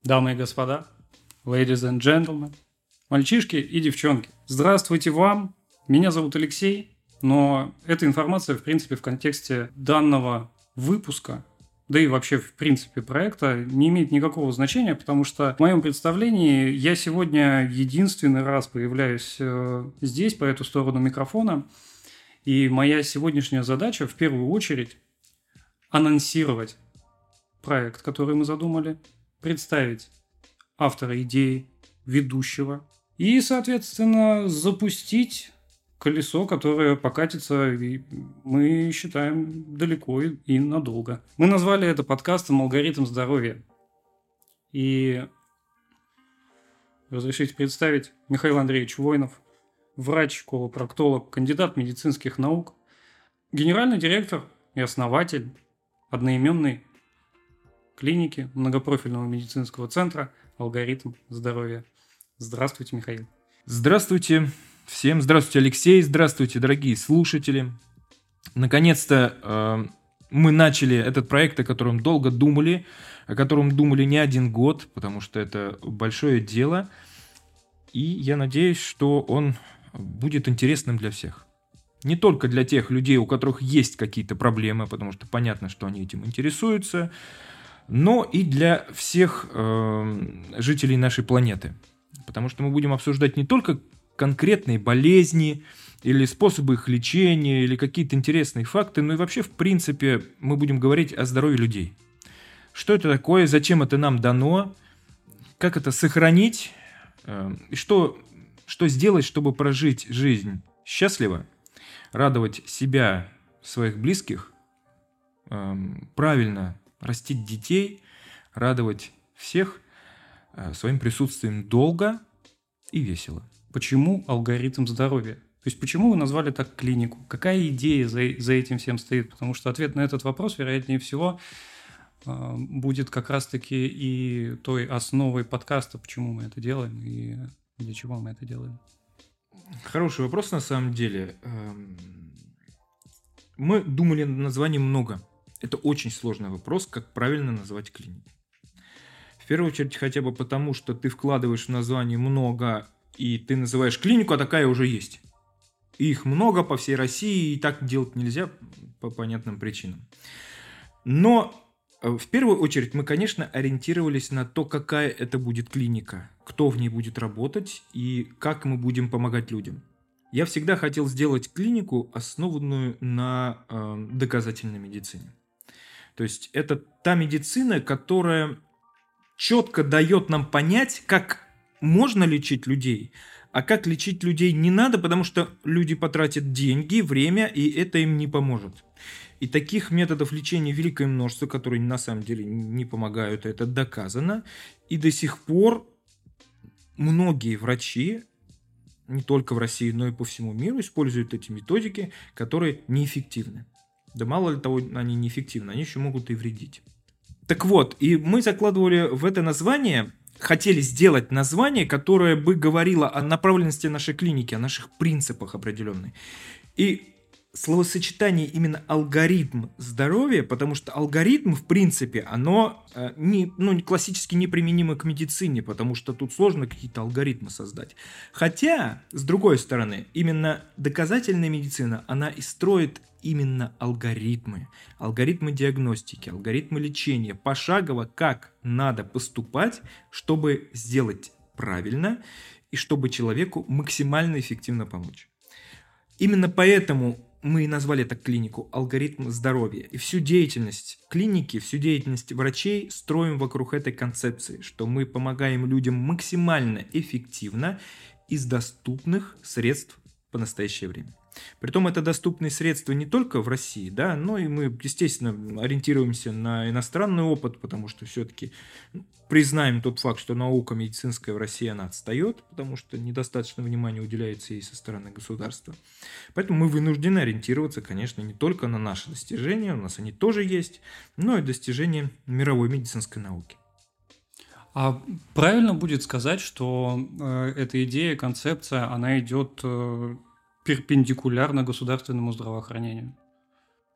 Дамы и господа, ladies and gentlemen, мальчишки и девчонки, здравствуйте вам. Меня зовут Алексей, но эта информация, в принципе, в контексте данного выпуска, да и вообще, в принципе, проекта, не имеет никакого значения, потому что в моем представлении я сегодня единственный раз появляюсь здесь, по эту сторону микрофона, и моя сегодняшняя задача, в первую очередь, анонсировать проект, который мы задумали, представить автора идеи, ведущего и, соответственно, запустить колесо, которое покатится, и мы считаем, далеко и надолго. Мы назвали это подкастом «Алгоритм здоровья». И разрешите представить Михаил Андреевич Воинов, врач, колопроктолог, кандидат медицинских наук, генеральный директор и основатель одноименной клиники многопрофильного медицинского центра «Алгоритм здоровья». Здравствуйте, Михаил. Здравствуйте всем. Здравствуйте, Алексей. Здравствуйте, дорогие слушатели. Наконец-то мы начали этот проект, о котором долго думали, о котором думали не один год, потому что это большое дело. И я надеюсь, что он будет интересным для всех. Не только для тех людей, у которых есть какие-то проблемы, потому что понятно, что они этим интересуются, но и для всех жителей нашей планеты. Потому что мы будем обсуждать не только конкретные болезни или способы их лечения, или какие-то интересные факты, но и вообще, в принципе, мы будем говорить о здоровье людей. Что это такое, зачем это нам дано, как это сохранить, и что сделать, чтобы прожить жизнь счастливо, радовать себя, своих близких, правильно растить детей, радовать всех своим присутствием долго и весело. Почему алгоритм здоровья? То есть, почему вы назвали так клинику? Какая идея за этим всем стоит? Потому что ответ на этот вопрос, вероятнее всего, будет как раз-таки и той основой подкаста, почему мы это делаем и для чего мы это делаем. Хороший вопрос на самом деле. Мы думали над названием много. Это очень сложный вопрос, как правильно назвать клинику. В первую очередь хотя бы потому, что ты вкладываешь в название много, и ты называешь клинику, а такая уже есть. И их много по всей России, и так делать нельзя по понятным причинам. Но в первую очередь мы, конечно, ориентировались на то, какая это будет клиника, кто в ней будет работать и как мы будем помогать людям. Я всегда хотел сделать клинику, основанную на доказательной медицине. То есть это та медицина, которая четко дает нам понять, как можно лечить людей, а как лечить людей не надо, потому что люди потратят деньги, время, и это им не поможет. И таких методов лечения великое множество, которые на самом деле не помогают, это доказано. И до сих пор многие врачи, не только в России, но и по всему миру, используют эти методики, которые неэффективны. Да мало ли того, они неэффективны, они еще могут и вредить. Так вот, и мы закладывали в это название, хотели сделать название, которое бы говорило о направленности нашей клиники, о наших принципах определенных. И словосочетание именно алгоритм здоровья, потому что алгоритм, в принципе, оно классически неприменимо к медицине, потому что тут сложно какие-то алгоритмы создать. Хотя, с другой стороны, именно доказательная медицина, она и строит именно алгоритмы диагностики, алгоритмы лечения, пошагово, как надо поступать, чтобы сделать правильно и чтобы человеку максимально эффективно помочь. Именно поэтому мы и назвали так клинику «Алгоритм здоровья». И всю деятельность клиники, всю деятельность врачей строим вокруг этой концепции, что мы помогаем людям максимально эффективно из доступных средств по настоящее время. Притом это доступные средства не только в России, да, но и мы, естественно, ориентируемся на иностранный опыт, потому что все-таки признаем тот факт, что наука медицинская в России, она отстает, потому что недостаточно внимания уделяется ей со стороны государства. Поэтому мы вынуждены ориентироваться, конечно, не только на наши достижения, у нас они тоже есть, но и достижения мировой медицинской науки. А правильно будет сказать, что эта идея, концепция, она идет перпендикулярно государственному здравоохранению?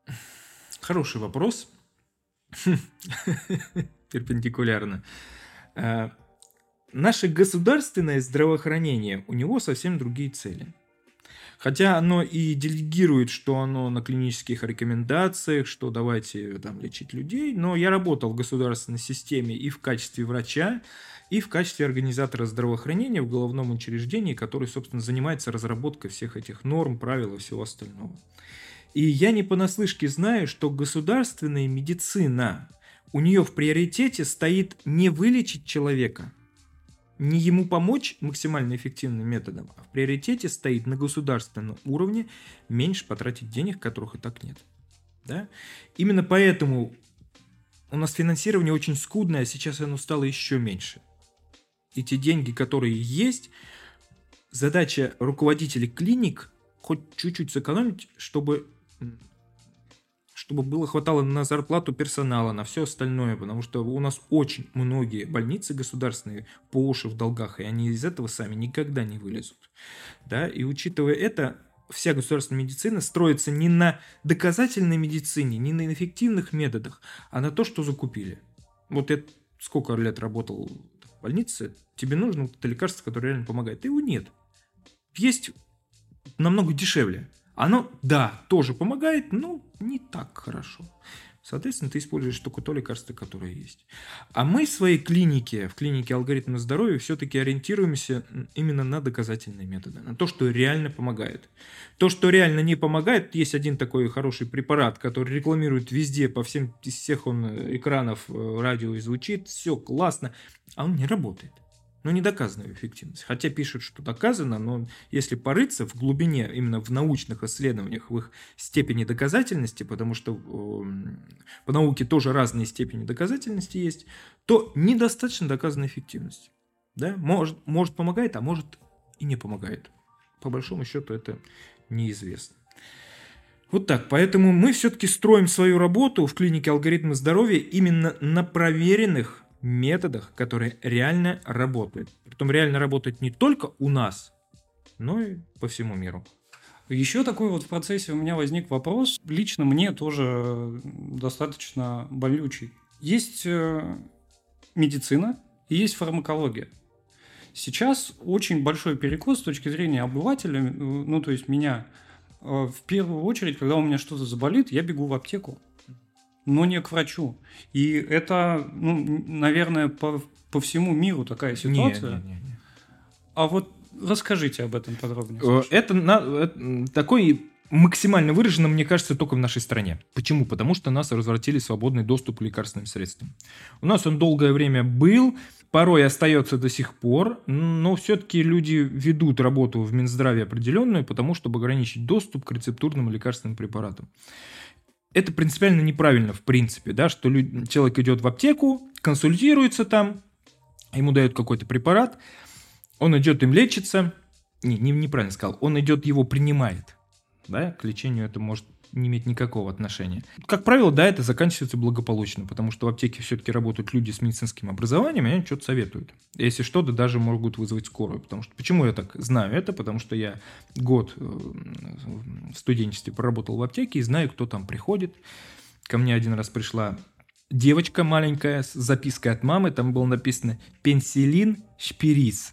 Хороший вопрос. Перпендикулярно. Наше государственное здравоохранение, у него совсем другие цели. Хотя оно и делегирует, что оно на клинических рекомендациях, что давайте там лечить людей, но я работал в государственной системе и в качестве врача, и в качестве организатора здравоохранения в головном учреждении, который, собственно, занимается разработкой всех этих норм, правил и всего остального. И я не понаслышке знаю, что государственная медицина, у нее в приоритете стоит не вылечить человека, не ему помочь максимально эффективным методом, а в приоритете стоит на государственном уровне меньше потратить денег, которых и так нет. Да? Именно поэтому у нас финансирование очень скудное, а сейчас оно стало еще меньше. И те деньги, которые есть, задача руководителей клиник хоть чуть-чуть сэкономить, чтобы хватало на зарплату персонала, на все остальное, потому что у нас очень многие больницы государственные по уши в долгах, и они из этого сами никогда не вылезут. Да? И учитывая это, вся государственная медицина строится не на доказательной медицине, не на эффективных методах, а на то, что закупили. Вот я сколько лет работал в больнице, тебе нужно вот это лекарство, которое реально помогает. Его нет. Есть намного дешевле. Оно, да, тоже помогает, но не так хорошо. Соответственно, ты используешь только то лекарство, которое есть. А мы в своей клинике, в клинике алгоритма здоровья, все-таки ориентируемся именно на доказательные методы, на то, что реально помогает. То, что реально не помогает, есть один такой хороший препарат, который рекламирует везде, по всем, из всех экранов радио и звучит, все классно, а он не работает. Но не доказана эффективность. Хотя пишут, что доказано, но если порыться в глубине, именно в научных исследованиях, в их степени доказательности, потому что по науке тоже разные степени доказательности есть, то недостаточно доказана эффективность. Да? Может помогает, а может и не помогает. По большому счету это неизвестно. Вот так. Поэтому мы все-таки строим свою работу в клинике алгоритма здоровья именно на проверенных методах, которые реально работают. Притом реально работают не только у нас, но и по всему миру. Еще такой вот в процессе у меня возник вопрос, лично мне тоже достаточно болючий. Есть медицина и есть фармакология. Сейчас очень большой перекос с точки зрения обывателя, ну то есть меня, в первую очередь, когда у меня что-то заболит, я бегу в аптеку, но не к врачу. И это, наверное, по всему миру такая ситуация. Не. А вот расскажите об этом подробнее. Это такой максимально выражено, мне кажется, только в нашей стране. Почему? Потому что нас развратили свободный доступ к лекарственным средствам. У нас он долгое время был, порой остается до сих пор, но все-таки люди ведут работу в Минздраве определенную, потому чтобы ограничить доступ к рецептурным лекарственным препаратам. Это принципиально неправильно, в принципе, да, что человек идет в аптеку, консультируется там, ему дают какой-то препарат, он идет им лечится, неправильно сказал, он идет его принимает, да, к лечению это может не иметь никакого отношения. Как правило, да, это заканчивается благополучно, потому что в аптеке все-таки работают люди с медицинским образованием, и они что-то советуют. Если что-то, даже могут вызвать скорую. Потому что, почему я так знаю это? Потому что я год в студенчестве проработал в аптеке и знаю, кто там приходит. Ко мне один раз пришла девочка маленькая с запиской от мамы, там было написано «Пенсилин шпирис».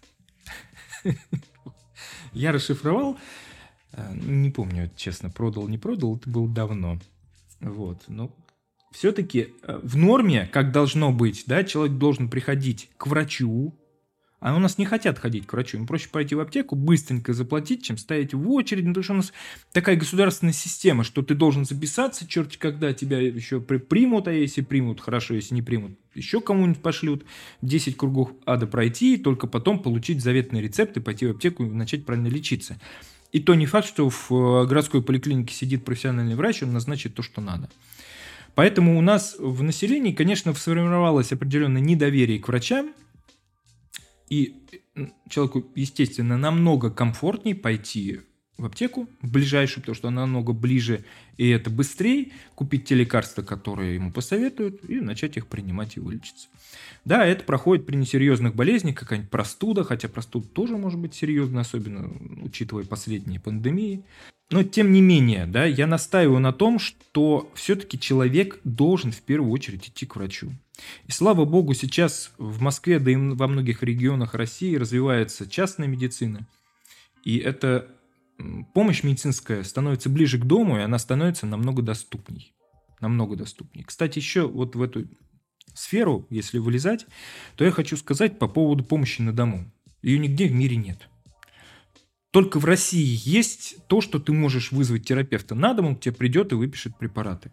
Я расшифровал. Не помню, честно, продал, не продал, это было давно. Вот. Но все-таки в норме, как должно быть, да, человек должен приходить к врачу, а у нас не хотят ходить к врачу. Им проще пойти в аптеку, быстренько заплатить, чем стоять в очередь. Потому что у нас такая государственная система, что ты должен записаться, черти когда тебя еще примут, а если примут, хорошо, если не примут, еще кому-нибудь пошлют, 10 кругов ада пройти, и только потом получить заветный рецепт и пойти в аптеку и начать правильно лечиться. И то не факт, что в городской поликлинике сидит профессиональный врач, он назначит то, что надо. Поэтому у нас в населении, конечно, сформировалось определенное недоверие к врачам, и человеку, естественно, намного комфортнее пойти в аптеку, в ближайшую, потому что она намного ближе, и это быстрее, купить те лекарства, которые ему посоветуют, и начать их принимать и вылечиться. Да, это проходит при несерьезных болезнях, какая-нибудь простуда, хотя простуда тоже может быть серьезной, особенно учитывая последние пандемии. Но тем не менее, да, я настаиваю на том, что все-таки человек должен в первую очередь идти к врачу. И слава богу, сейчас в Москве, да и во многих регионах России развивается частная медицина, и эта помощь медицинская становится ближе к дому, и она становится намного доступней. Намного доступней. Кстати, еще вот в эту сферу, если вылезать, то я хочу сказать по поводу помощи на дому. Ее нигде в мире нет. Только в России есть то, что ты можешь вызвать терапевта на дом, он к тебе придет и выпишет препараты.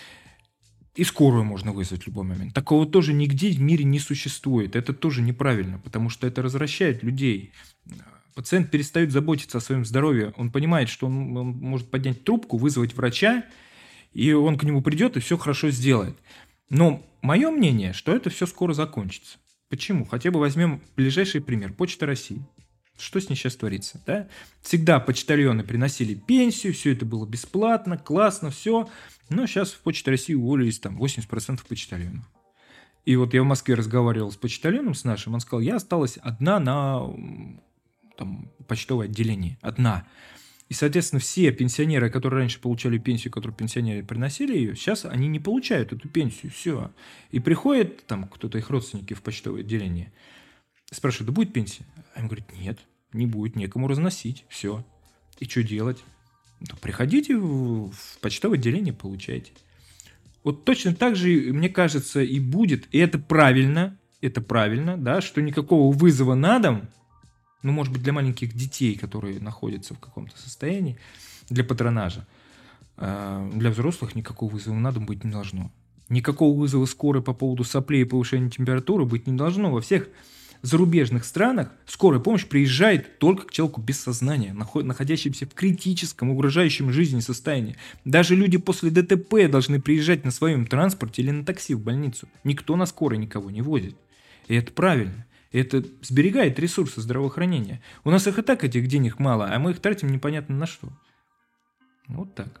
И скорую можно вызвать в любой момент. Такого тоже нигде в мире не существует. Это тоже неправильно, потому что это развращает людей. Пациент перестает заботиться о своем здоровье. Он понимает, что он может поднять трубку, вызвать врача, и он к нему придет и все хорошо сделает. Но мое мнение, что это все скоро закончится. Почему? Хотя бы возьмем ближайший пример. Почта России. Что с ней сейчас творится? Да? Всегда почтальоны приносили пенсию, все это было бесплатно, классно, все. Но сейчас в Почте России уволились там 80% почтальонов. И вот я в Москве разговаривал с почтальоном, с нашим, он сказал, я осталась одна на там, почтовое отделение. Одна. И, соответственно, все пенсионеры, которые раньше получали пенсию, которую пенсионеры приносили ее, сейчас они не получают эту пенсию. Все. И приходит там кто-то их родственники в почтовое отделение, спрашивают, да будет пенсия? А им говорят, нет, не будет, некому разносить. Все. И что делать? Ну, приходите в почтовое отделение, получайте. Вот точно так же, мне кажется, и будет. И это правильно, да, что никакого вызова на дом, ну, может быть, для маленьких детей, которые находятся в каком-то состоянии, для патронажа, для взрослых никакого вызова на дом быть не должно. Никакого вызова скорой по поводу соплей и повышения температуры быть не должно. Во всех зарубежных странах скорая помощь приезжает только к человеку без сознания, находящемуся в критическом, угрожающем жизни состоянии. Даже люди после ДТП должны приезжать на своем транспорте или на такси в больницу. Никто на скорой никого не возит. И это правильно. И это сберегает ресурсы здравоохранения. У нас их и так, этих денег мало, а мы их тратим непонятно на что. Вот так.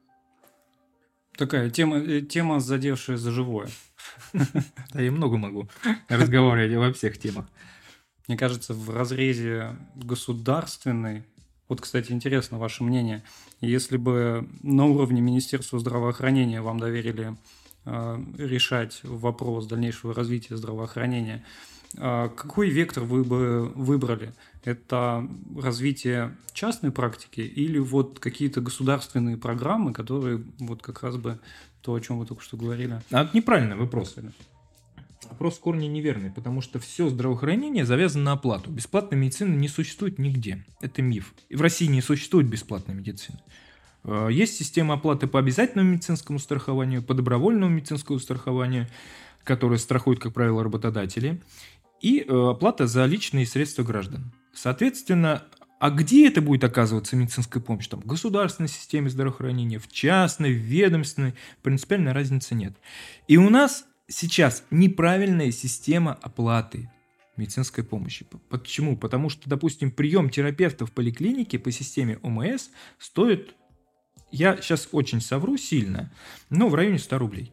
Такая тема, задевшая за живое. Да, я много могу разговаривать во всех темах. Мне кажется, в разрезе государственной, вот, кстати, интересно ваше мнение, если бы на уровне Министерства здравоохранения вам доверили решать вопрос дальнейшего развития здравоохранения, какой вектор вы бы выбрали? Это развитие частной практики или вот какие-то государственные программы, которые вот как раз бы то, о чем вы только что говорили? Это неправильный вопрос. Вопрос в корне неверный, потому что все здравоохранение завязано на оплату. Бесплатной медицины не существует нигде. Это миф. И в России не существует бесплатной медицины. Есть система оплаты по обязательному медицинскому страхованию, по добровольному медицинскому страхованию, которое страхуют, как правило, работодатели, и оплата за личные средства граждан. Соответственно, а где это будет оказываться медицинская помощь? Там, в государственной системе здравоохранения, в частной, в ведомственной, принципиальной разницы нет. И у нас сейчас неправильная система оплаты медицинской помощи. Почему? Потому что, допустим, прием терапевта в поликлинике по системе ОМС стоит, я сейчас очень совру сильно, но в районе 100 рублей.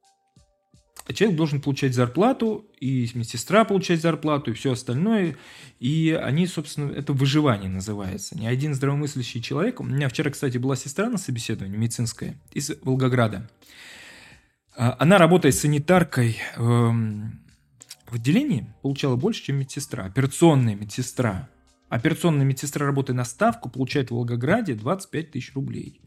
А человек должен получать зарплату, и медсестра получать зарплату, и все остальное. И они, собственно, это выживание называется. Ни один здравомыслящий человек... У меня вчера, кстати, была сестра на медицинское из Волгограда. Она, работая санитаркой в отделении, получала больше, чем медсестра. Операционная медсестра. Операционная медсестра, работая на ставку, получает в Волгограде 25 тысяч рублей.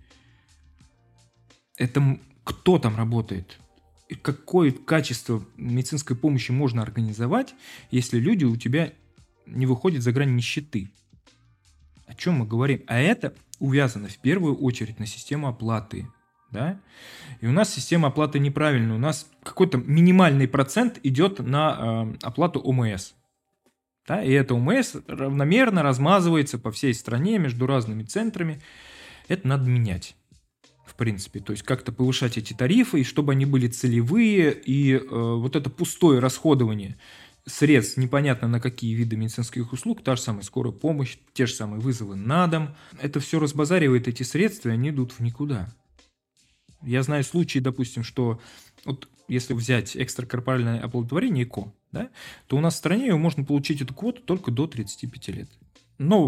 Это кто там работает? Какое качество медицинской помощи можно организовать, если люди у тебя не выходят за грань нищеты? О чем мы говорим? А это увязано в первую очередь на систему оплаты. Да? И у нас система оплаты неправильная. У нас какой-то минимальный процент идет на оплату ОМС. Да? И это ОМС равномерно размазывается по всей стране между разными центрами. Это надо менять. В принципе, то есть как-то повышать эти тарифы, и чтобы они были целевые, и вот это пустое расходование средств непонятно на какие виды медицинских услуг, та же самая скорая помощь, те же самые вызовы на дом. Это все разбазаривает эти средства, и они идут в никуда. Я знаю случаи, допустим, что вот если взять экстракорпоральное оплодотворение ЭКО, да, то у нас в стране его можно получить эту квоту только до 35 лет. Но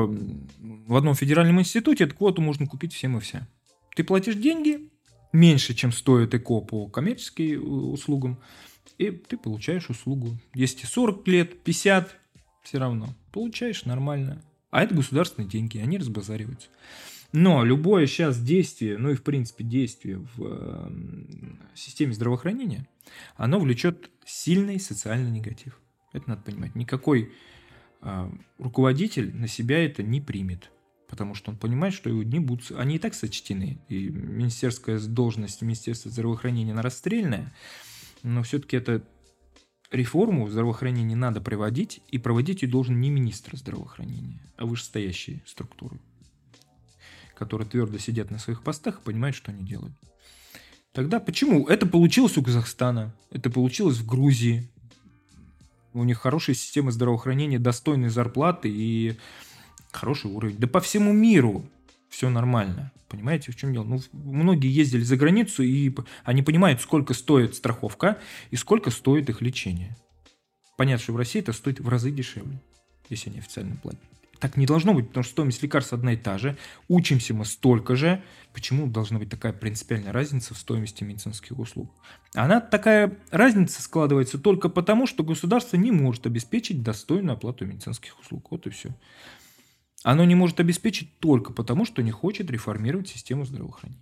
в одном федеральном институте эту квоту можно купить всем и вся. Ты платишь деньги меньше, чем стоит ЭКО по коммерческим услугам, и ты получаешь услугу. Если 40 лет, 50, все равно получаешь нормально. А это государственные деньги, они разбазариваются. Но любое сейчас действие, ну и в принципе действие в системе здравоохранения, оно влечет сильный социальный негатив. Это надо понимать. Никакой руководитель на себя это не примет, потому что он понимает, что его дни будут, они и так сочтены. И министерская должность Министерства здравоохранения, она расстрельная, но все-таки это реформу здравоохранения надо проводить, и проводить ее должен не министр здравоохранения, а вышестоящие структуры, которые твердо сидят на своих постах и понимают, что они делают. Тогда почему? Это получилось у Казахстана, это получилось в Грузии. У них хорошая система здравоохранения, достойные зарплаты и хороший уровень. Да по всему миру все нормально. Понимаете, в чем дело? Ну, многие ездили за границу, и они понимают, сколько стоит страховка и сколько стоит их лечение. Понятно, что в России это стоит в разы дешевле, если они официально платят. Так не должно быть, потому что стоимость лекарств одна и та же. Учимся мы столько же. Почему должна быть такая принципиальная разница в стоимости медицинских услуг? Она такая разница складывается только потому, что государство не может обеспечить достойную оплату медицинских услуг. Вот и все. Оно не может обеспечить только потому, что не хочет реформировать систему здравоохранения.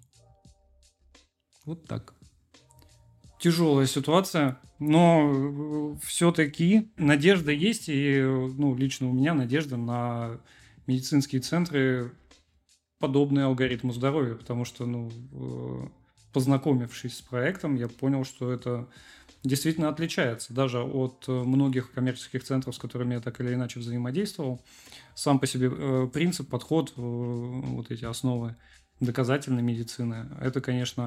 Вот так. Тяжелая ситуация, но все-таки надежда есть, и лично у меня надежда на медицинские центры, подобные алгоритму здоровья, потому что, познакомившись с проектом, я понял, что это действительно отличается даже от многих коммерческих центров, с которыми я так или иначе взаимодействовал. Сам по себе принцип, подход, вот эти основы доказательной медицины, это, конечно,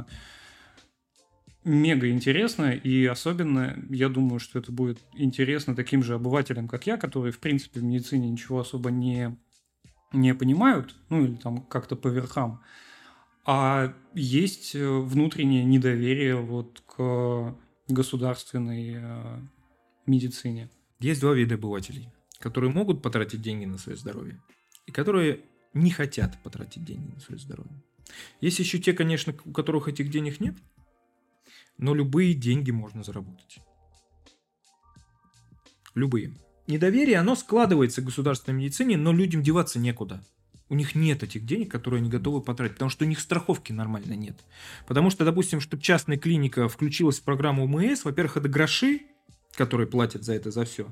мега интересно, и особенно я думаю, что это будет интересно таким же обывателям, как я, которые, в принципе, в медицине ничего особо не понимают, или там как-то по верхам, а есть внутреннее недоверие вот к государственной медицине. Есть два вида обывателей, которые могут потратить деньги на свое здоровье, и которые не хотят потратить деньги на свое здоровье. Есть еще те, конечно, у которых этих денег нет, но любые деньги можно заработать. Любые. Недоверие, оно складывается в государственной медицине, но людям деваться некуда. У них нет этих денег, которые они готовы потратить, потому что у них страховки нормально нет. Потому что, допустим, чтобы частная клиника включилась в программу ОМС, во-первых, это гроши, которые платят за это, за все.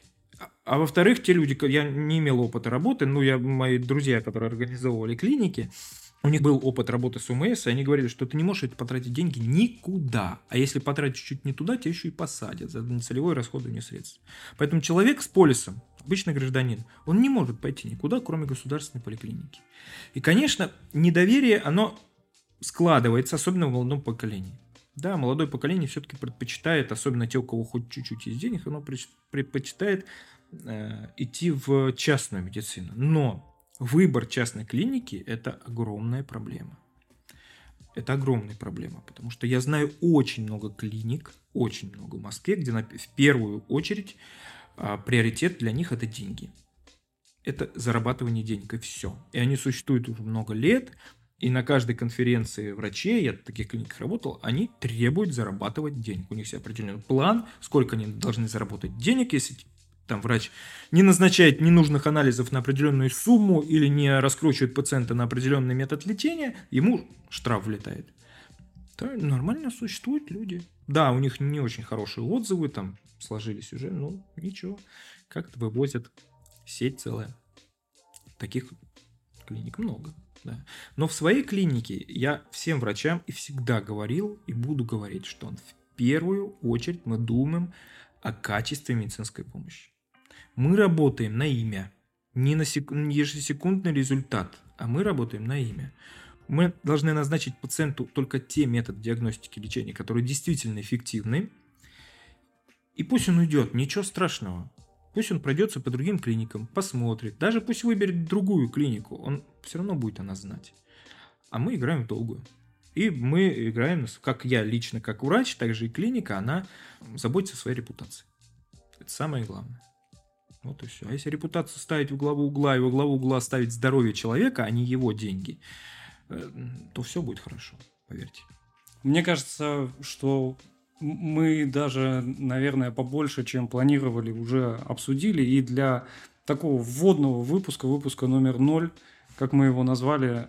А во-вторых, те люди, я не имел опыта работы, мои друзья, которые организовывали клиники, у них был опыт работы с ОМС, и они говорили, что ты не можешь потратить деньги никуда. А если потратить чуть не туда, тебя еще и посадят за нецелевое расходование средств. Поэтому человек с полисом, обычный гражданин, он не может пойти никуда, кроме государственной поликлиники. И, конечно, недоверие, оно складывается, особенно в молодом поколении. Да, молодое поколение все-таки предпочитает, особенно те, у кого хоть чуть-чуть есть денег, оно предпочитает идти в частную медицину. Но выбор частной клиники – это огромная проблема. Это огромная проблема, потому что я знаю очень много клиник, очень много в Москве, где в первую очередь приоритет для них – это деньги. Это зарабатывание денег, и все. И они существуют уже много лет, и на каждой конференции врачей, я в таких клиниках работал, они требуют зарабатывать денег. У них есть определенный план, сколько они должны заработать денег, если там врач не назначает ненужных анализов на определенную сумму или не раскручивает пациента на определенный метод лечения, ему штраф влетает. Да, нормально существуют люди. Да, у них не очень хорошие отзывы там сложились уже, но ничего, как-то вывозят, сеть целая. Таких клиник много. Да. Но в своей клинике я всем врачам и всегда говорил, и буду говорить, что в первую очередь мы думаем о качестве медицинской помощи. Мы работаем на имя, не на ежесекундный результат, а мы работаем на имя. Мы должны назначить пациенту только те методы диагностики и лечения, которые действительно эффективны, И пусть он уйдет, ничего страшного. Пусть он пройдется по другим клиникам, посмотрит. Даже пусть выберет другую клинику, он все равно будет о нас знать. А мы играем в долгую. И мы играем, как я лично, как врач, так же и клиника, она заботится о своей репутации. Это самое главное. Вот и все. А если репутацию ставить во главу угла, и во главу угла ставить здоровье человека, а не его деньги, то все будет хорошо, поверьте. Мне кажется, что мы даже, наверное, побольше, чем планировали, уже обсудили. И для такого вводного выпуска номер 0, как мы его назвали,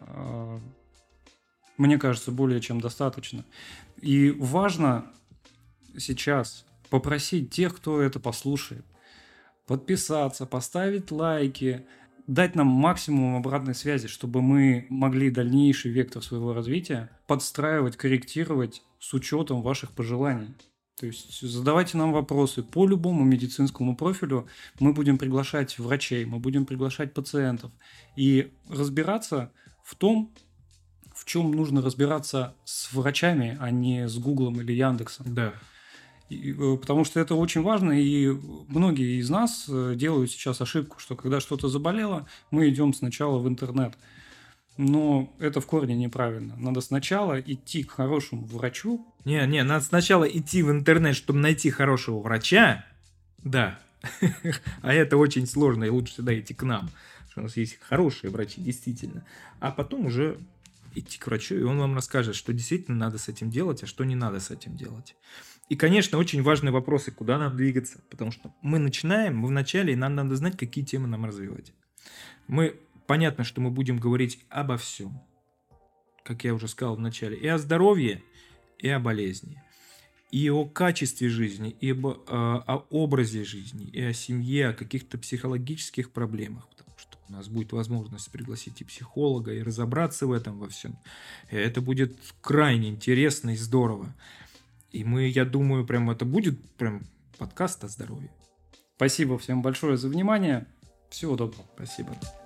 мне кажется, более чем достаточно. И важно сейчас попросить тех, кто это послушает, подписаться, поставить лайки, дать нам максимум обратной связи, чтобы мы могли дальнейший вектор своего развития подстраивать, корректировать с учетом ваших пожеланий. То есть задавайте нам вопросы по любому медицинскому профилю. Мы будем приглашать врачей, мы будем приглашать пациентов и разбираться в том, в чем нужно разбираться с врачами, а не с Гуглом или Яндексом. Да. Потому что это очень важно, и многие из нас делают сейчас ошибку, что когда что-то заболело, мы идем сначала в интернет. Но это в корне неправильно. Надо сначала идти к хорошему врачу. Не, надо сначала идти в интернет, чтобы найти хорошего врача. Да. А это очень сложно, и лучше всегда идти к нам. Потому что у нас есть хорошие врачи, действительно. А потом уже идти к врачу, и он вам расскажет, что действительно надо с этим делать, а что не надо с этим делать. И, конечно, очень важные вопросы, куда нам двигаться. Потому что мы начинаем, мы в начале, и нам надо знать, какие темы нам развивать. Понятно, что мы будем говорить обо всем. Как я уже сказал в начале. И о здоровье, и о болезни. И о качестве жизни, и о образе жизни, и о семье, о каких-то психологических проблемах. Потому что у нас будет возможность пригласить и психолога, и разобраться в этом во всем. И это будет крайне интересно и здорово. И я думаю, это будет подкаст о здоровье. Спасибо всем большое за внимание. Всего доброго. Спасибо.